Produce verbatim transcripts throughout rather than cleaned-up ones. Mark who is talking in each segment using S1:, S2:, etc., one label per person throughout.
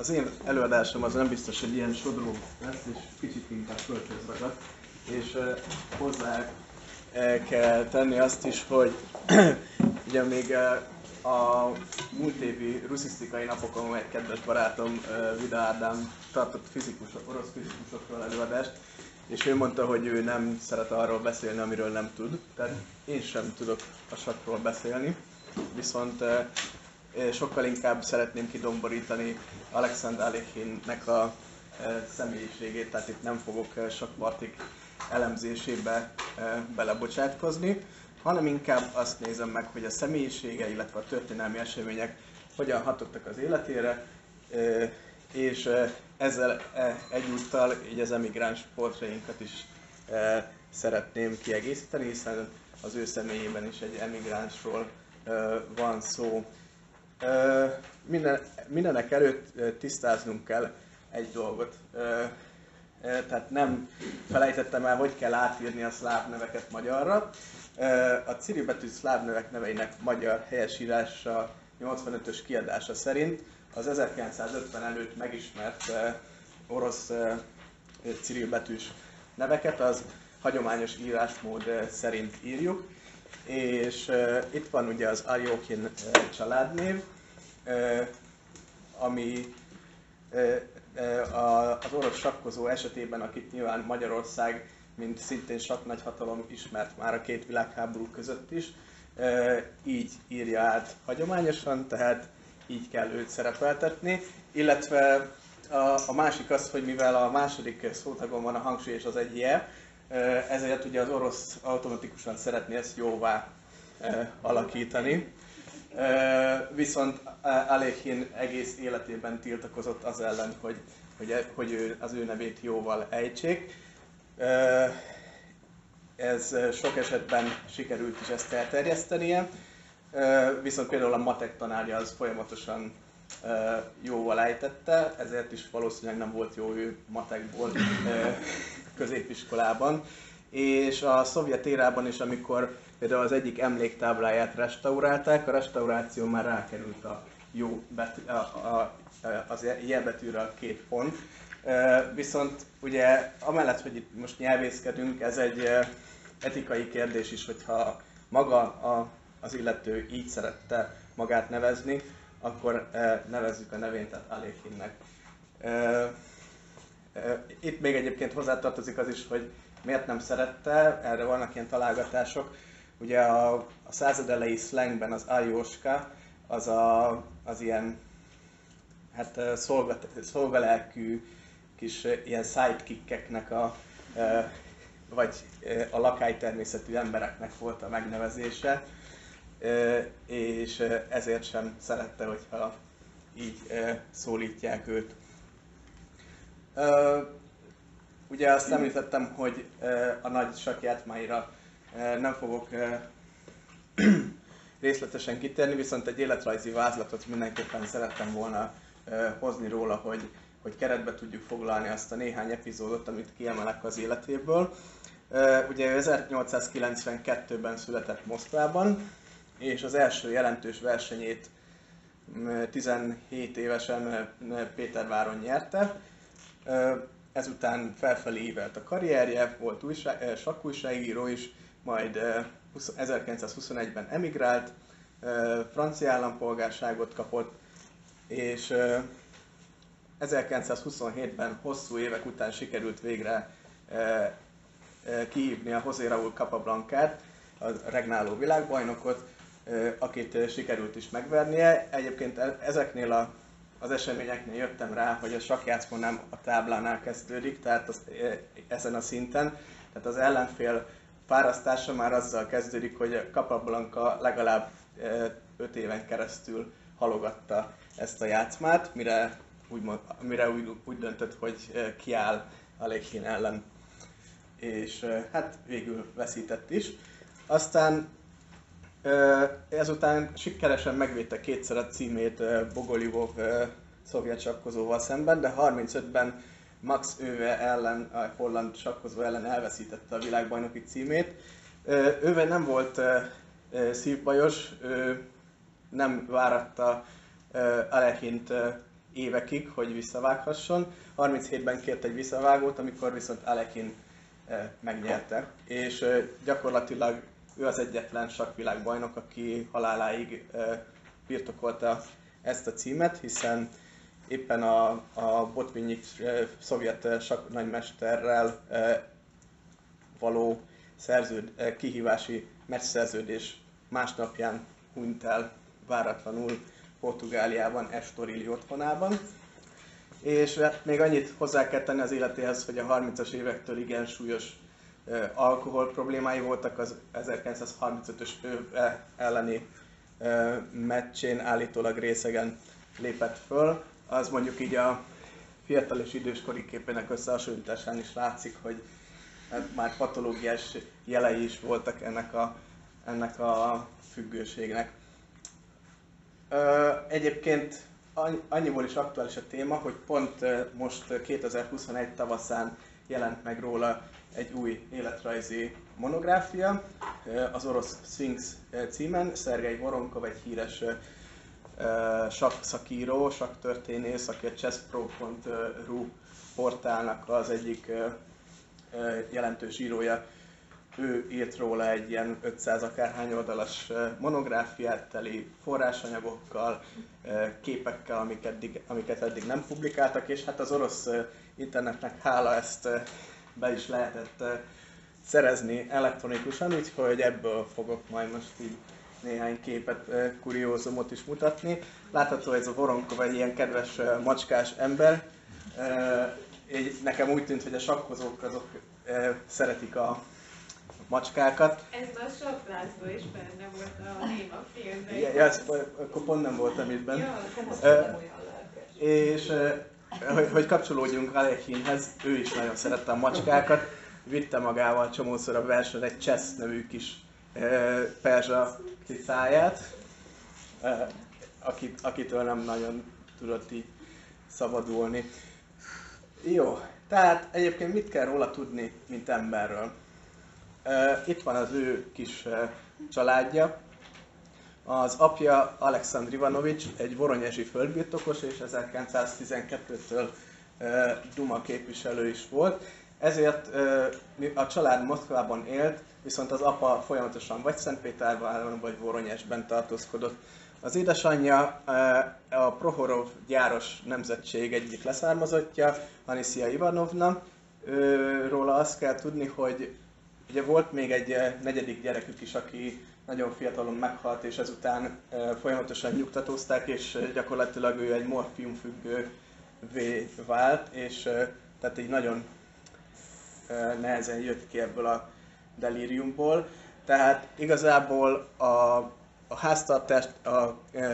S1: Az én előadásom az nem biztos, hogy ilyen sodró lesz, és kicsit inkább költöz ragad. És uh, hozzá uh, kell tenni azt is, hogy ugye még uh, a múlt évi ruszisztikai napokon egy kedves barátom, uh, Vida Ádám tartott fizikus, orosz fizikusokról előadást, és ő mondta, hogy ő nem szeret arról beszélni, amiről nem tud. Tehát én sem tudok a sakkról beszélni, viszont uh, sokkal inkább szeretném kidomborítani Alekszandr Alekhinnek a e, személyiségét, tehát itt nem fogok e, sakkpartik elemzésébe e, belebocsátkozni, hanem inkább azt nézem meg, hogy a személyisége, illetve a történelmi események hogyan hatottak az életére, e, és e, ezzel e, egyúttal így az emigráns portréinkat is e, szeretném kiegészíteni, hiszen az ő személyében is egy emigránsról e, van szó. Uh, minden, mindenek előtt uh, tisztáznunk kell egy dolgot. Uh, uh, tehát nem felejtettem el, hogy kell átírni a szláv neveket magyarra. Uh, a cirilbetű szláv nevek neveinek magyar helyesírása nyolcvanötös kiadása szerint az ezerkilencszázötven előtt megismert uh, orosz uh, cirilbetűs neveket az hagyományos írásmód uh, szerint írjuk. És uh, itt van ugye az Aljokhin uh, családnév, uh, ami uh, uh, a, az orosz sakkozó esetében, akit nyilván Magyarország, mint szintén sakknagyhatalom ismert már a két világháború között is, uh, így írja át hagyományosan, tehát így kell őt szerepeltetni, illetve a, a másik az, hogy mivel a második szótagon van a hangsúly és az egy je, ezért ugye az orosz automatikusan szeretné ezt jóvá e, alakítani. E, viszont Alekhin egész életében tiltakozott az ellen, hogy, hogy, hogy ő, az ő nevét jóval ejtsék. E, ez sok esetben sikerült is ezt elterjesztenie, e, viszont például a matek tanárja az folyamatosan e, jóval ejtette, ezért is valószínűleg nem volt jó ő matekból e, középiskolában, és a szovjet érában is, amikor például az egyik emléktábláját restaurálták, a restauráció már rákerült a jó betű, a, a, az je betűre a két pont. Viszont ugye amellett, hogy itt most nyelvészkedünk, ez egy etikai kérdés is, hogyha maga a, az illető így szerette magát nevezni, akkor nevezzük a nevén, tehát Alekhinnek. Itt még egyébként hozzátartozik az is, hogy miért nem szerette, erre vannak ilyen találgatások. Ugye a, a század elejé szlengben az aljóska, az a, az ilyen hát szolga, szolgalelkű kis ilyen sidekickeknek a, vagy a lakálytermészetű embereknek volt a megnevezése, és ezért sem szerette, hogyha így szólítják őt. Uh, ugye azt említettem, hogy uh, a nagy sakkjátmáira uh, nem fogok uh, részletesen kitérni, viszont egy életrajzi vázlatot mindenképpen szerettem volna uh, hozni róla, hogy, hogy keretbe tudjuk foglalni azt a néhány epizódot, amit kiemelek az életéből. Uh, ugye ezernyolcszázkilencvenkettőben született Moszkvában, és az első jelentős versenyét tizenhét évesen Péterváron nyerte. Ezután felfelé ívelt a karrierje, volt újság, sakkújságíró is, majd ezerkilencszázhuszonegyben emigrált, francia állampolgárságot kapott, és ezerkilencszázhuszonhétben hosszú évek után sikerült végre kihívni a José Raúl Capablancát, a regnáló világbajnokot, akit sikerült is megvernie. Egyébként ezeknél a az eseményeknél jöttem rá, hogy a sakkjátszma nem a táblánál kezdődik, tehát az, ezen a szinten. Tehát az ellenfél párasztása már azzal kezdődik, hogy Capablanca legalább öt éven keresztül halogatta ezt a játszmát, mire úgy, mire úgy, úgy döntött, hogy kiáll Alekhin ellen. És hát végül veszített is. Aztán ezután sikeresen megvédte kétszer a címét Bogoljubov szovjet sakkozóval szemben, de harmincötben Max Öve ellen, a holland sakkozó ellen elveszítette a világbajnoki címét. Öve nem volt szívbajos, ő nem váratta Alekhint évekig, hogy visszavághasson. harminchétben kért egy visszavágót, amikor viszont Alekhine megnyerte. És gyakorlatilag ő az egyetlen sakkvilágbajnok, aki haláláig birtokolta ezt a címet, hiszen éppen a, a Botvinnik szovjet sakk nagymesterrel való szerződ, kihívási meccsszerződés másnapján hunyt el váratlanul Portugáliában, Estoril otthonában. És hát még annyit hozzá kell tenni az életéhez, hogy a harmincas évektől igen súlyos uh, alkohol problémái voltak, az ezerkilencszázharmincötös elleni uh, meccsén állítólag részegen lépett föl. Az mondjuk így a fiatal és időskori képének összehasonlításán is látszik, hogy hát már patológiás jelei is voltak ennek a, ennek a függőségnek. Uh, egyébként annyiból is aktuális a téma, hogy pont most kétezer-huszonegy tavaszán jelent meg róla egy új életrajzi monográfia, az Orosz Szfinx címen. Szergej Voronkov egy híres sakkszakíró, sakktörténész, aki a chesspro pont ru portálnak az egyik jelentős írója. Ő írt róla egy ilyen ötszáz akárhány oldalas monográfiát teli forrásanyagokkal, képekkel, amiket eddig, amiket eddig nem publikáltak, és hát az orosz internetnek hála ezt be is lehetett szerezni elektronikusan, úgyhogy ebből fogok majd most így néhány képet, kuriózumot is mutatni. Látható, ez a Voronkov egy ilyen kedves macskás ember. Így nekem úgy tűnt, hogy a sakkozók azok szeretik a macskákat.
S2: Ez a Saklászló is benne volt a Néma filmben.
S1: Ja, ja, akkor pont nem voltam itt benne.
S2: Ja,
S1: és hogy, hogy kapcsolódjunk Alekhinehez, ő is nagyon szerette a macskákat. Vitte magával csomószor a versenyre egy Csesz nevű kis perzsa cicáját, akit, akitől nem nagyon tudott így szabadulni. Jó, tehát egyébként mit kell róla tudni, mint emberről? Itt van az ő kis családja. Az apja Alekszandr Ivanovics egy voronyezsi földbirtokos, és ezerkilencszáztizenkettőtől duma képviselő is volt. Ezért a család Moszkvában élt, viszont az apa folyamatosan vagy Szentpéterváron, vagy Voronyezsben tartózkodott. Az édesanyja a Prohorov gyáros nemzetség egyik leszármazottja, Anisia Ivanovna. Róla azt kell tudni, hogy ugye volt még egy negyedik gyerekük is, aki nagyon fiatalon meghalt, és ezután folyamatosan nyugtatózták, és gyakorlatilag ő egy morfiumfüggővé vált, és tehát így nagyon nehezen jött ki ebből a delíriumból. Tehát igazából a, a háztartást a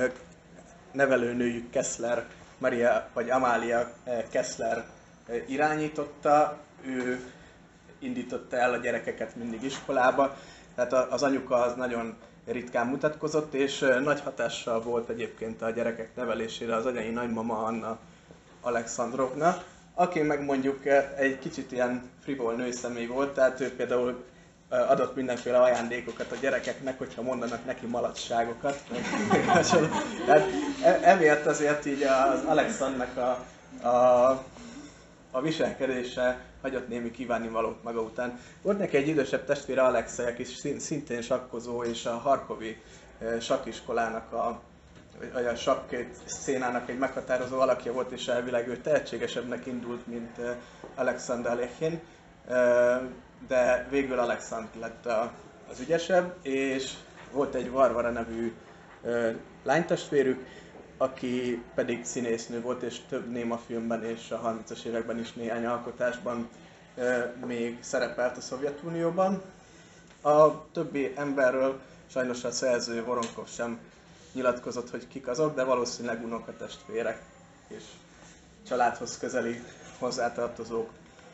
S1: nevelőnőjük Kessler, Maria vagy Amália Kessler irányította, ő indította el a gyerekeket mindig iskolába, tehát az anyuka az nagyon ritkán mutatkozott, és nagy hatással volt egyébként a gyerekek nevelésére az anyai nagymama Anna Alekszandrovna, aki meg mondjuk egy kicsit ilyen frivol nőszemély volt, tehát ő például adott mindenféle ajándékokat a gyerekeknek, hogyha mondanak neki malacsságokat. Tehát emiatt azért így az Alexandrnak a, a, a viselkedése hagyott némi kívánnivalót maga után. Volt neki egy idősebb testvére, Alexei, aki szintén sakkozó, és a harkovi sakkiskolának a, a sakk szénának egy meghatározó alakja volt, és elvileg ő tehetségesebbnek indult, mint Alekszandr Alekhine, de végül Alekszandr lett az ügyesebb, és volt egy Varvara nevű lánytestvérük, aki pedig színésznő volt, és több néma filmben és a harmincas években is néhány alkotásban még szerepelt a Szovjetunióban. A többi emberről sajnos a szerző Voronkov sem nyilatkozott, hogy kik azok, de valószínűleg unokatestvérek és családhoz közeli hozzátartozók.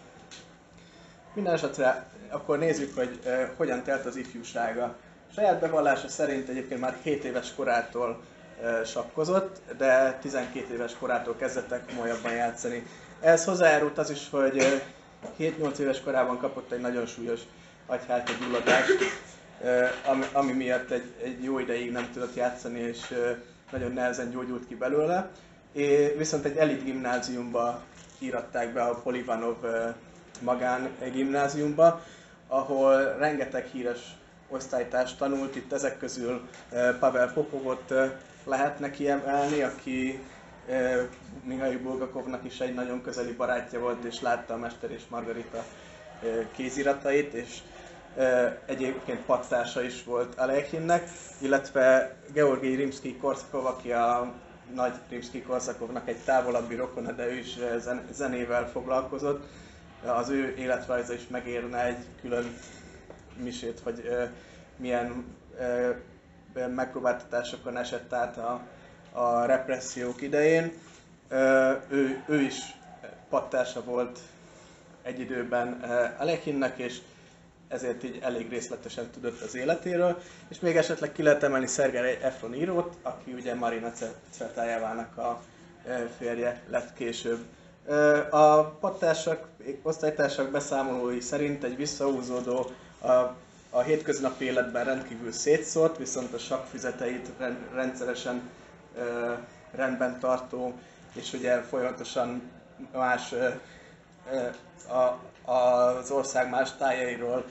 S1: Minden esetre akkor nézzük, hogy eh, hogyan telt az ifjúsága. Saját bevallása szerint egyébként már hét éves korától eh, sakkozott, de tizenkét éves korától kezdett komolyabban játszani. Ehhez hozzájárult az is, hogy eh, hét-nyolc éves korában kapott egy nagyon súlyos agyhártyagyulladást, eh, ami, ami miatt egy, egy jó ideig nem tudott játszani, és eh, nagyon nehezen gyógyult ki belőle. É, viszont egy elit gimnáziumba íratták be, a Polivanov magán gimnáziumba, ahol rengeteg híres osztálytárs tanult, itt ezek közül Pavel Popovot lehetne kiemelni, aki Mihail Bulgakovnak is egy nagyon közeli barátja volt, és látta a Mester és Margarita kéziratait, és egyébként pattársa is volt Alekhinnek, illetve Georgi Rimszkij-Korszakov, aki a nagy Rimszkij-Korszakovnak egy távolabbi rokona, de ő is zenével foglalkozott. Az ő életrajza is megérne egy külön misét, hogy milyen megpróbáltatásokon esett át a, a repressziók idején. Ő, ő is pattársa volt egy időben Alekhinnek, és ezért így elég részletesen tudott az életéről. És még esetleg ki lehet emelni Szergej Efronirót, aki ugye Marina Cvetájevának a férje lett később. A pattársak, osztálytársak beszámolói szerint egy visszahúzódó, a, a hétköznapi életben rendkívül szétszórt, viszont a sakkfüzeteit rendszeresen rendben tartó, és ugye folyamatosan más, az ország más tájairól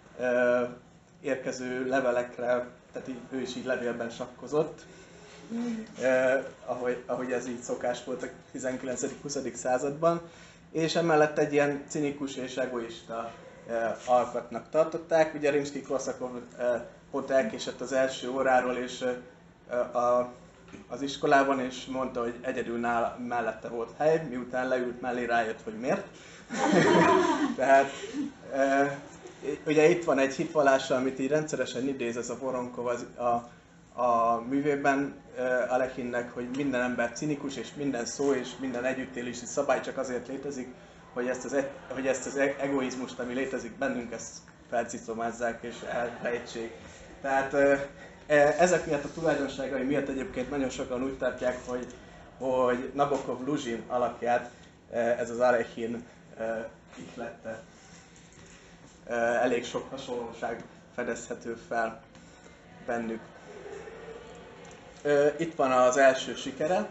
S1: érkező levelekre, tehát így, ő is így levélben sakkozott, eh, ahogy, ahogy ez így szokás volt a tizenkilencedik-huszadik században, és emellett egy ilyen cinikus és egoista eh, alkatnak tartották. Ugye Rimszkij-Korszakov eh, pont elkésett az első óráról és eh, a, az iskolában, és mondta, hogy egyedül nála, mellette volt hely, miután leült mellé, rájött, hogy miért. Tehát eh, ugye itt van egy hitvallása, amit így rendszeresen idéz ez a Voronkov az, a, a művében uh, Alekhinnek, hogy minden ember cinikus, és minden szó és minden együttélési szabály csak azért létezik, hogy ezt az, e, hogy ezt az egoizmust, ami létezik bennünk, ezt felcicomázzák és elrejtsék. Tehát uh, ezek miatt a tulajdonságai miatt egyébként nagyon sokan úgy tartják, hogy, hogy Nabokov-Luzsin alakját uh, ez az Alekhin uh, ihlette. Elég sok hasonlóság fedezhető fel bennük. Itt van az első sikere,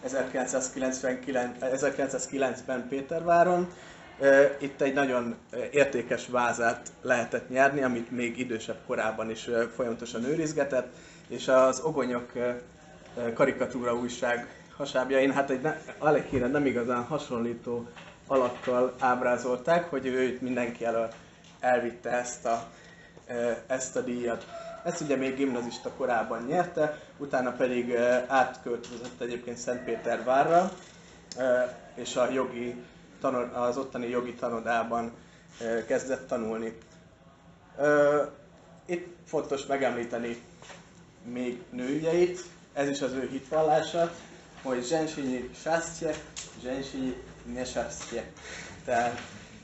S1: ezerkilencszázkilencben Péterváron. Itt egy nagyon értékes vázát lehetett nyerni, amit még idősebb korában is folyamatosan őrizgetett, és az Ogonyok karikatúra újság hasábjain, hát egy Alekhinre nem igazán hasonlító alakkal ábrázolták, hogy őt mindenki elől elvitte ezt a, ezt a díjat. Ezt ugye még gimnazista korában nyerte, utána pedig átköltözött egyébként Szentpétervárra, és a jogi, az ottani jogi tanodában kezdett tanulni. Itt fontos megemlíteni még nőügyeit, ez is az ő hitvallása, hogy zsensényi sásztje, zsensényi nesásztje. Tehát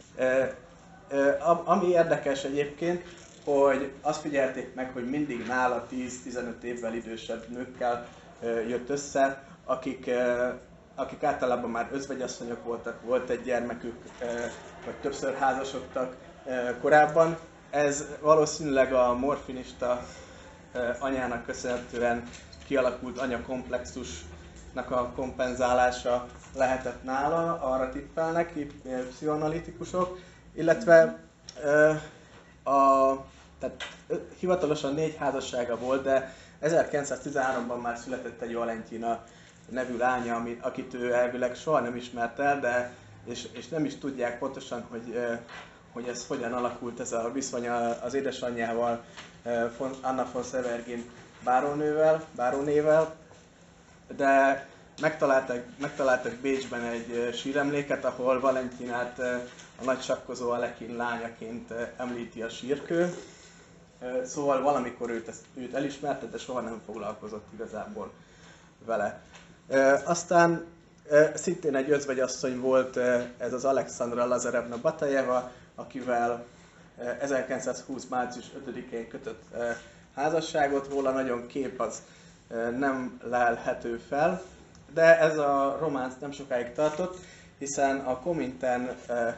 S1: ami érdekes egyébként, hogy azt figyelték meg, hogy mindig nála tíz-tizenöt évvel idősebb nőkkel jött össze, akik, akik általában már özvegyasszonyok voltak, volt egy gyermekük, vagy többször házasodtak korábban. Ez valószínűleg a morfinista anyának köszönhetően kialakult anyakomplexusnak a kompenzálása lehetett nála, arra tippelnek pszichoanalitikusok. Illetve a, tehát, hivatalosan négy házassága volt, de ezerkilencszáztizenháromban már született egy Valentina nevű lánya, amit, akit ő elvileg soha nem ismert el, de, és, és nem is tudják pontosan, hogy, hogy ez hogyan alakult ez a viszony az édesanyjával, Anna von Severgin bárónővel, bárónével, de megtaláltak, megtaláltak Bécsben egy síremléket, ahol Valentinát a nagy sakkozó Alekhin lányaként említi a sírkő. Szóval valamikor őt, ezt, őt elismerte, de soha nem foglalkozott igazából vele. Aztán szintén egy özvegyasszony volt ez az Alexandra Lazarevna Batajeva, akivel ezerkilencszázhúsz. március ötödikén kötött házasságot, róla nagyon kép az nem lelhető fel, de ez a románc nem sokáig tartott, hiszen a Komintern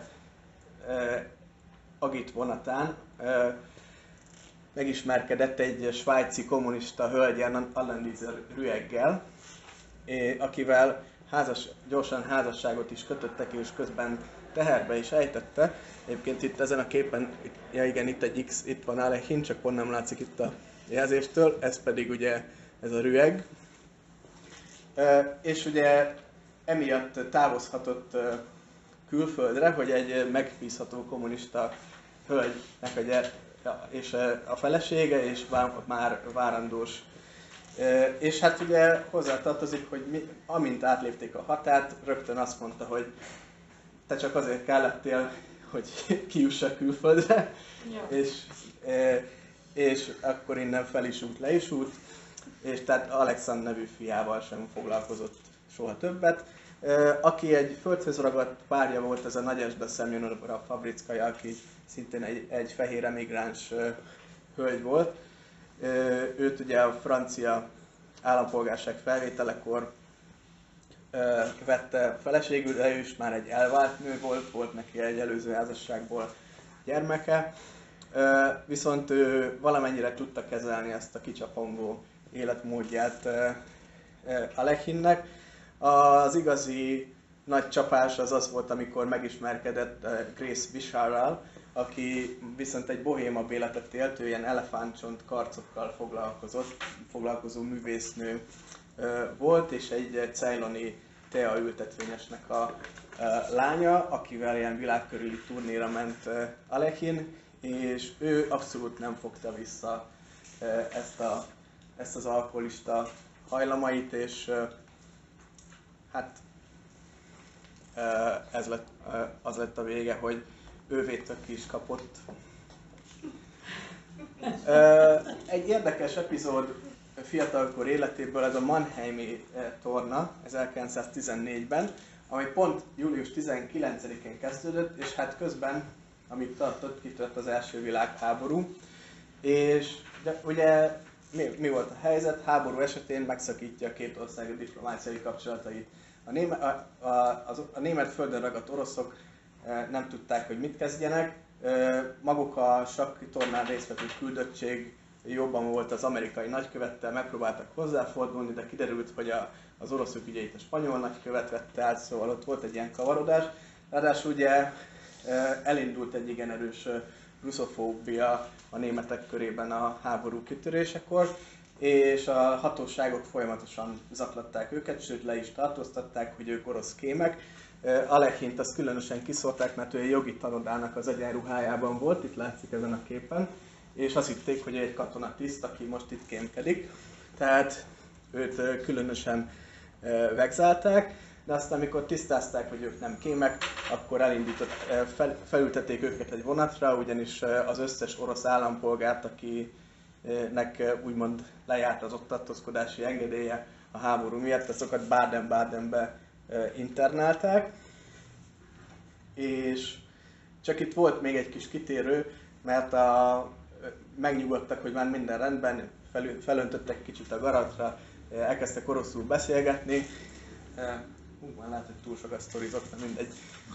S1: agit vonatán megismerkedett egy svájci kommunista hölgyen, Anneliese Rüeggel, akivel házas, gyorsan házasságot is kötöttek, és közben teherbe is ejtette. Egyébként itt ezen a képen, itt, ja igen, itt egy X, itt van Alehin, csak pont nem látszik itt a jelzéstől, ez pedig ugye ez a rüeg. E, és ugye emiatt távozhatott külföldre, hogy egy megbízható kommunista hölgynek a gyere, és a felesége, és már várandós. És hát ugye hozzátartozik, hogy mi, amint átlépték a határt, rögtön azt mondta, hogy te csak azért kellettél, hogy kijussak külföldre, ja. és, és akkor innen fel is út, le is út, és tehát Alexand nevű fiával sem foglalkozott soha többet. Aki egy földhöz ragadt párja volt, ez a Nagyesda Szemjonova Fabrickaja, aki szintén egy, egy fehér emigráns hölgy volt. Őt ugye a francia állampolgárság felvételekor vette feleségül, de ő is már egy elvált nő volt, volt neki egy előző házasságból gyermeke. Viszont ő valamennyire tudta kezelni ezt a kicsapongó életmódját Alechinnek. Az igazi nagy csapás az az volt, amikor megismerkedett Grace Bishara-ral, aki viszont egy bohémabb életet élt, ő ilyen elefántcsont karcokkal foglalkozott, foglalkozó művésznő volt, és egy ceyloni teaültetvényesnek a lánya, akivel ilyen világkörüli turnéra ment Alechin, és ő abszolút nem fogta vissza ezt, a, ezt az alkoholista hajlamait, és hát ez lett, az lett a vége, hogy ő védtök ki is kapott. Egy érdekes epizód fiatalkor életéből ez a Mannheimi torna ezerkilencszáztizennégyben, ami pont július tizenkilencedikén kezdődött, és hát közben, amíg tartott, kitört az első világháború. És de ugye mi, mi volt a helyzet? Háború esetén megszakítja a két ország diplomáciai kapcsolatait. A német, a, a, az, a német földön ragadt oroszok nem tudták, hogy mit kezdjenek. Maguk a sakk tornán résztvevő küldöttség jobban volt az amerikai nagykövettel, megpróbáltak hozzáfordulni, de kiderült, hogy a, az oroszok ügyeit a spanyol nagykövet vette át, szóval ott volt egy ilyen kavarodás. Ráadásul ugye elindult egy igen erős russzofóbia a németek körében a háború kitörésekor, és a hatóságok folyamatosan zaklatták őket, sőt le is tartóztatták, hogy ők orosz kémek. Alechint azt különösen kiszólták, mert ő egy jogi tanodának az egyenruhájában volt, itt látszik ezen a képen, és azt hitték, hogy egy katonatiszt, aki most itt kémkedik, tehát őt különösen vegzálták, de aztán amikor tisztázták, hogy ők nem kémek, akkor elindított, fel, felültették őket egy vonatra, ugyanis az összes orosz állampolgárt, akinek úgymond lejárt az ott tartózkodási engedélye a háború miatt, azokat Baden-Badenbe internálták. És csak itt volt még egy kis kitérő, mert a, megnyugodtak, hogy már minden rendben, fel, felöntöttek kicsit a garatra, elkezdtek oroszul beszélgetni. Hú, már lehet, hogy túl sokat sztorizok, de mindegy.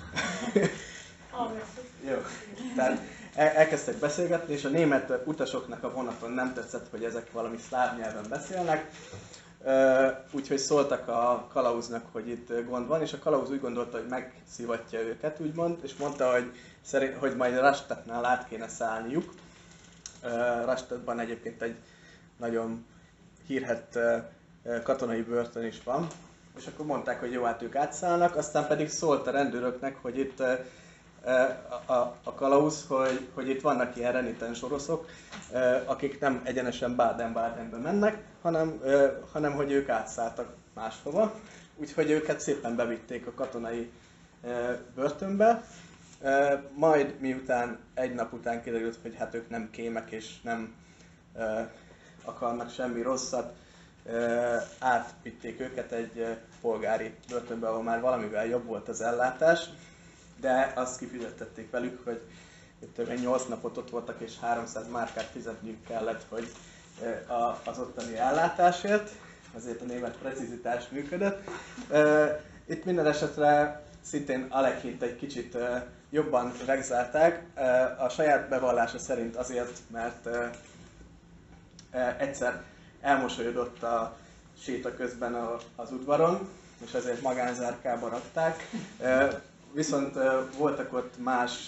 S1: Jó. Tehát elkezdtek beszélgetni, és a német utasoknak a vonaton nem tetszett, hogy ezek valami szláv nyelven beszélnek. Úgyhogy szóltak a kalauznak, hogy itt gond van, és a kalauz úgy gondolta, hogy megszivatja őket, úgymond, és mondta, hogy, szerint, hogy majd Rastatnál át kéne szállniuk. Rastatban egyébként egy nagyon hírhedt katonai börtön is van, és akkor mondták, hogy jó, hát ők átszállnak, aztán pedig szólt a rendőröknek, hogy itt a, a, a kalauz, hogy, hogy itt vannak ilyen renitens oroszok, akik nem egyenesen Baden-Badenbe mennek, hanem, hanem hogy ők átszálltak máshova. Úgyhogy őket szépen bevitték a katonai börtönbe. Majd miután egy nap után kiderült, hogy hát ők nem kémek és nem akarnak semmi rosszat, átvitték őket egy polgári börtönbe, ahol már valamivel jobb volt az ellátás, de azt kifizettették velük, hogy itt nyolc napot ott voltak és háromszáz márkát fizetniük kellett, hogy az ottani ellátásért, azért a német precizitás működött. Itt minden esetre szintén Alekhint egy kicsit jobban vegzálták, a saját bevallása szerint azért, mert egyszer elmosolyodott a séta közben az udvaron, és ezért magánzárkába rakták. Viszont voltak ott más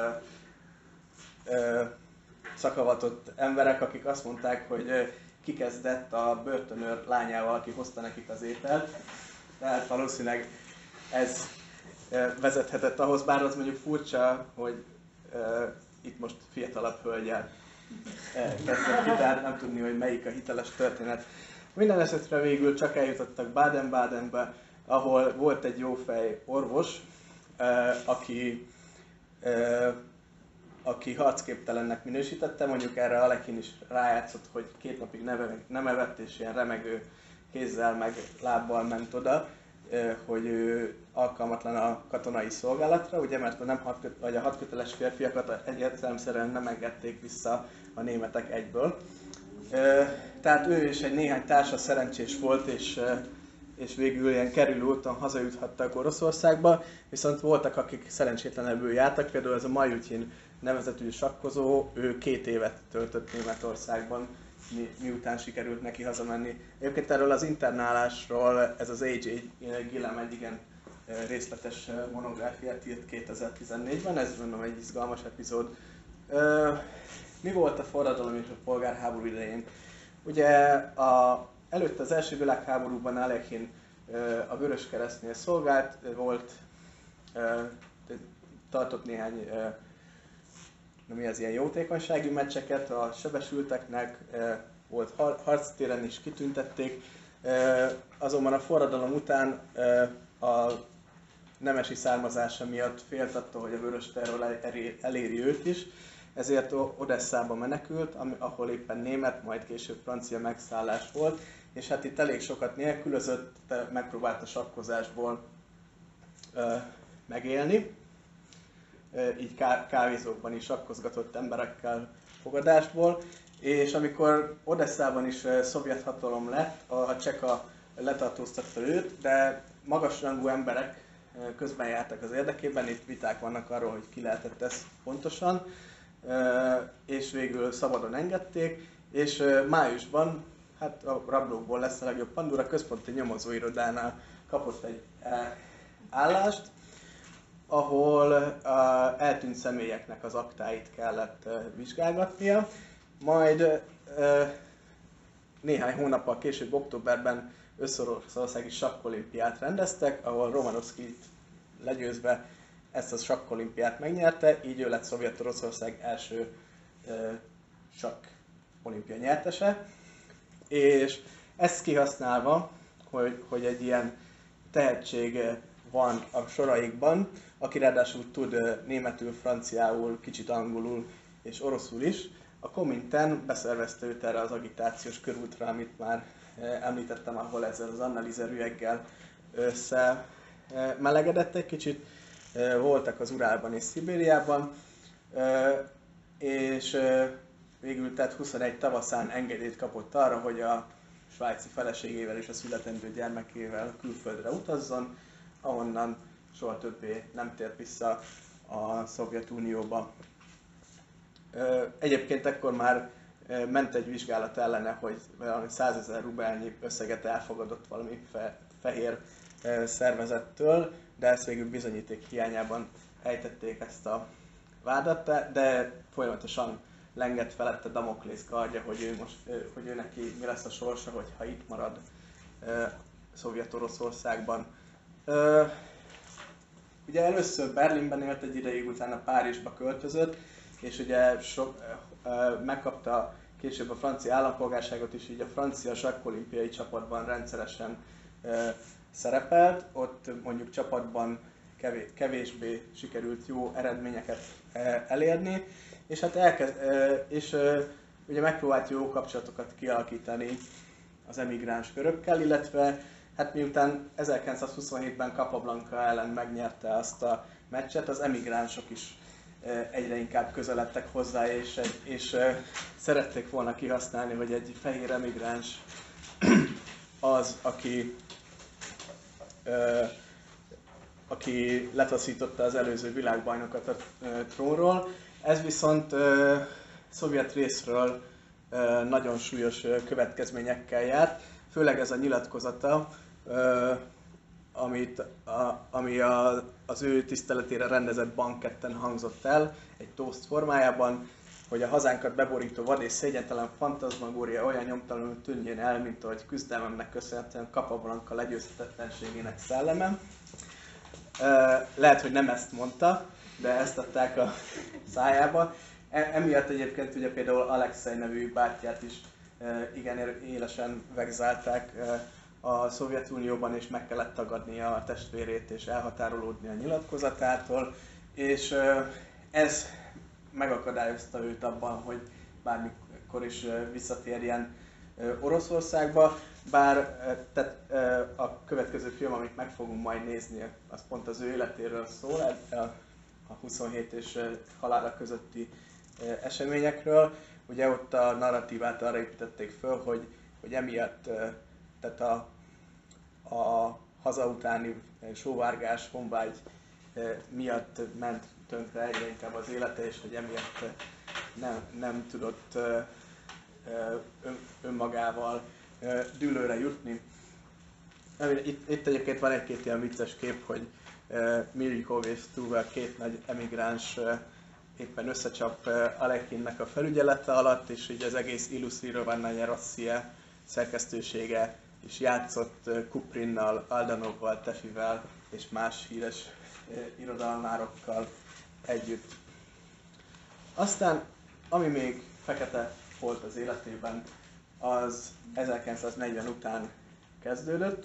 S1: szakavatott emberek, akik azt mondták, hogy kikezdett a börtönőr lányával, aki hozta nekik az ételt. Tehát valószínűleg ez vezethetett ahhoz, bár az mondjuk furcsa, hogy itt most fiatalabb hölgyel kezdett ki, tehát nem tudni, hogy melyik a hiteles történet. Minden esetre végül csak eljutottak Baden-Badenbe, ahol volt egy jófej orvos, aki, aki harcképtelennek minősítette, mondjuk erre Alekhine is rájátszott, hogy két napig nem evett, és ilyen remegő kézzel meg lábbal ment oda, hogy ő alkalmatlan a katonai szolgálatra, ugye, mert a, nem hat, vagy a hatköteles férfiakat egyértelműen nem engedték vissza a németek egyből. Tehát ő és egy néhány társa szerencsés volt, és, és végül ilyen kerülő úton hazajuthattak Oroszországba, viszont voltak, akik szerencsétlenebbül jártak, például ez a Majutin nevezetű sakkozó, ő két évet töltött Németországban, mi, miután sikerült neki hazamenni. Egyébként erről az internálásról ez az á jé Gillem egy igen részletes monográfiát írt kétezer-tizennégyben, ez mondom egy izgalmas epizód. Mi volt a forradalom és a polgárháború idején? Ugye a, előtte az első világháborúban Alekhine a Vöröskeresztnél szolgált, volt, tartott néhány mi az ilyen jótékonysági meccseket a sebesülteknek, volt harctéren is kitüntették, azonban a forradalom után a nemesi származása miatt félt attól, hogy a vörös terror eléri őt is, ezért Odesszába menekült, ahol éppen német, majd később francia megszállás volt, és hát itt elég sokat nélkülözött, megpróbált a sakkozásból megélni. Így kávézókban is sakkozgatott emberekkel fogadásból, és amikor Odesszában is szovjet hatalom lett, a Cseka letartóztatta őt, de magasrangú emberek közben jártak az érdekében, itt viták vannak arról, hogy ki lehetett ez pontosan, és végül szabadon engedték, és májusban, hát a rablókból lesz a legjobb Pandura, központi nyomozóirodánál kapott egy állást, ahol uh, eltűnt személyeknek az aktáit kellett uh, vizsgálgatnia, majd uh, néhány hónappal később, októberben összoroszországi sakkolimpiát rendeztek, ahol Romanovszkit legyőzve ezt a sakkolimpiát megnyerte, így ő lett Szovjet-Oroszország első uh, sakk olimpia nyertese, és ezt kihasználva, hogy, hogy egy ilyen tehetség van a soraikban, aki ráadásul tud németül, franciául, kicsit angolul és oroszul is. A Komintern beszervezte őt erre az agitációs körútra, amit már említettem, ahol ezzel az Anneliese Rüegggel összemelegedett egy kicsit. Voltak az Urálban és Szibériában, és végül tehát huszonegy tavaszán engedélyt kapott arra, hogy a svájci feleségével és a születendő gyermekével külföldre utazzon, ahonnan soha többé nem tért vissza a Szovjetunióba. Egyébként ekkor már ment egy vizsgálat ellene, hogy valami százezer rubelnyi összeget elfogadott valami fe, fehér szervezettől, de ezt végül bizonyíték hiányában ejtették ezt a vádat, de folyamatosan lengett felette Damoklész kardja, hogy ő, most, hogy ő neki mi lesz a sorsa, hogyha itt marad Szovjet-Oroszországban. Ugye először Berlinben élt egy ideig, utána Párizsba költözött, és ugye sok, megkapta később a francia állampolgárságot is, így a francia sakkolimpiai csapatban rendszeresen szerepelt. Ott mondjuk csapatban kevésbé sikerült jó eredményeket elérni, és hát elkezd, és ugye megpróbált jó kapcsolatokat kialakítani az emigráns körökkel, illetve hát miután ezerkilencszázhuszonhétben Capablanca ellen megnyerte azt a meccset, az emigránsok is egyre inkább közeledtek hozzá, és, és szerették volna kihasználni, hogy egy fehér emigráns az, aki, aki letaszította az előző világbajnokat a trónról. Ez viszont szovjet részről nagyon súlyos következményekkel járt, főleg ez a nyilatkozata amit, a, ami a, az ő tiszteletére rendezett banketten hangzott el, egy toast formájában, hogy a hazánkat beborító vad és szégyentelen fantazmagória olyan nyomtalanul tűnjön el, mint ahogy küzdelmemnek köszönhetően Capablanca legyőzhetetlenségének szelleme. Lehet, hogy nem ezt mondta, de ezt adták a szájába. Emiatt egyébként ugye például Alexei nevű bátyját is igen élesen vegzálták a Szovjetunióban, és meg kellett tagadnia a testvérét és elhatárolódni a nyilatkozatától, és ez megakadályozta őt abban, hogy bármikor is visszatérjen Oroszországba, bár tehát, a következő film, amit meg fogunk majd nézni, az pont az ő életéről szól, a huszonhét és halála közötti eseményekről. Ugye ott a narratívát arra építették föl, hogy, hogy emiatt tehát a, a haza utáni sóvárgás, honvágy miatt ment tönkre egyre inkább az élete, és hogy emiatt nem, nem tudott ön, önmagával dűlőre jutni. Itt, itt egyébként van egy-két ilyen vicces kép, hogy Milikov és Struve, két nagy emigráns éppen összecsap Alekhinnek a felügyelete alatt, és így az egész Illusztrovanaya Rossija szerkesztősége is játszott Kuprinnal, Aldanovval, Tefivel és más híres irodalmárokkal együtt. Aztán, ami még fekete volt az életében, az ezerkilencszáznegyven után kezdődött.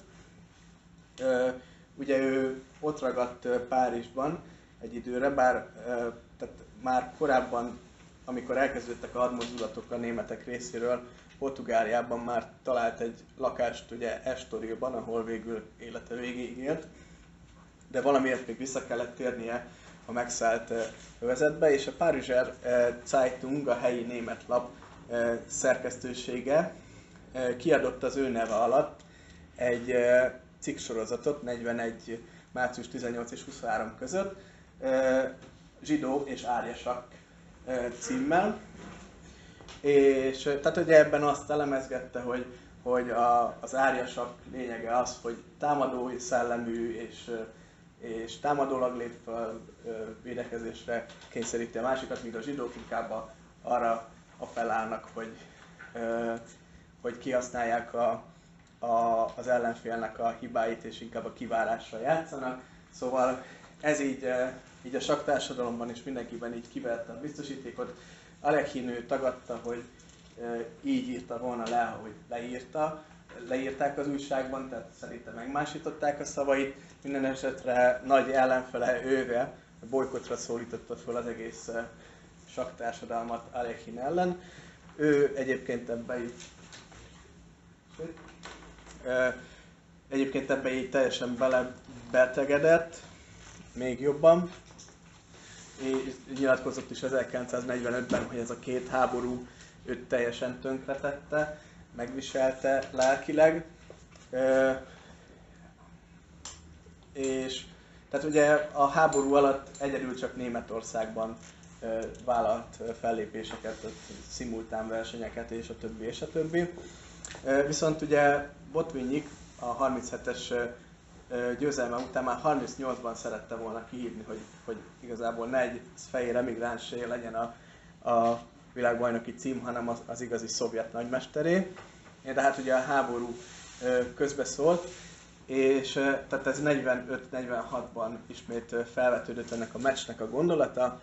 S1: Ugye ő ott ragadt Párizsban egy időre, bár tehát már korábban, amikor elkezdődtek a hadmozdulatok a németek részéről, Portugáliában már talált egy lakást ugye Estorilban, ahol végül élete végéig élt, de valamiért még vissza kellett térnie a megszállt övezetbe, és a Párizser Zeitung, a helyi német lap szerkesztősége kiadott az ő neve alatt egy cikksorozatot negyvenegy. március tizennyolc és huszonhárom között, Zsidó és árjasak címmel. És tehát ugye ebben azt elemezgette, hogy, hogy a, az árjasak lényege az, hogy támadó szellemű és, és támadólag lép fel, védekezésre kényszeríti a másikat, míg a zsidók inkább arra appellálnak, hogy, hogy kihasználják a, a, az ellenfélnek a hibáit, és inkább a kivárásra játszanak. Szóval ez így, így a saktársadalomban is mindenkiben így kiverte a biztosítékot. Alekhin ő tagadta, hogy így írta volna le, ahogy leírta. Leírták az újságban, tehát szerintem megmásították a szavait. Minden esetre nagy ellenfele őre bolykottra szólította fel az egész saktársadalmat Alekhin ellen. Ő egyébként ebbe így, egyébként ebbe így teljesen belebetegedett, még jobban. És nyilatkozott is ezerkilencszáznegyvenötben, hogy ez a két háború őt teljesen tönkretette, megviselte lelkileg. És tehát ugye a háború alatt egyedül csak Németországban vállalt fellépéseket, szimultán versenyeket és a többi és a többi. Viszont ugye Botvinnik a harminchetes győzelme után már harmincnyolcban szerette volna kihívni, hogy, hogy igazából ne egy fehér emigránsé legyen a, a világbajnoki cím, hanem az, az igazi szovjet nagymesteré. De hát ugye a háború közbeszólt, és tehát ez negyvenöt negyvenhatban ismét felvetődött ennek a meccsnek a gondolata,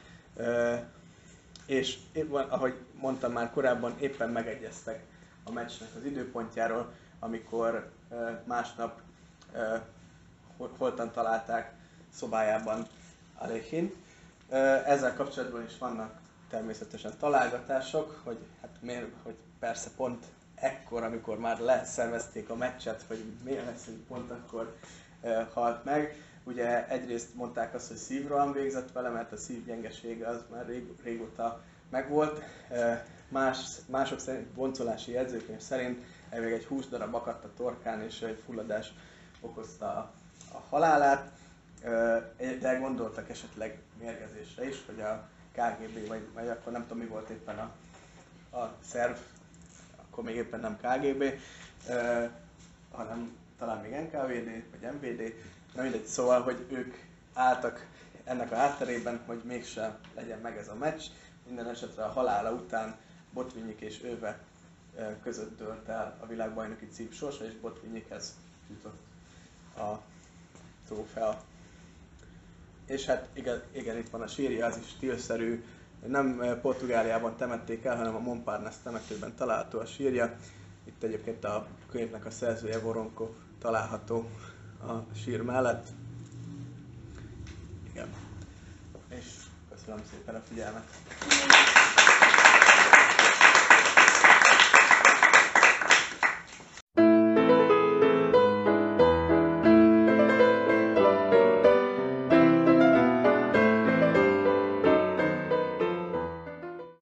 S1: és éppen, ahogy mondtam már korábban, éppen megegyeztek a meccsnek az időpontjáról, amikor másnap holtan találták szobájában Alekhin. Ezzel kapcsolatban is vannak természetesen találgatások, hogy hát miért, hogy persze pont ekkor, amikor már leszervezték a meccset, hogy miért lesz, hogy pont akkor halt meg. Ugye egyrészt mondták azt, hogy szívroham végzett vele, mert a szívgyengesége az már rég, régóta megvolt. Más, mások szerint, boncolási jegyzőkönyv szerint még egy húsdarab akadt a torkán, és egy fulladás okozta a, a halálát. De gondoltak esetleg mérgezésre is, hogy a ká gé bé, vagy, vagy akkor nem tudom mi volt éppen a, a szerv, akkor még éppen nem ká gé bé, hanem talán még en ká vé dé, vagy em vé dé, Na mindegy, szóval, hogy ők álltak ennek a hátterében, hogy mégsem legyen meg ez a meccs. Minden esetre a halála után Botvinnik és Öve között dőlt el a világbajnoki cím sorsa, és Botvinnikhez jutott a trófea. És hát igen, igen, itt van a sírja, az is stílszerű. Nem Portugáliában temették el, hanem a Montparnasse temetőben található a sírja. Itt egyébként a könyvnek a szerzője, Voronkov található a sír mellett. Igen. És köszönöm szépen a figyelmet.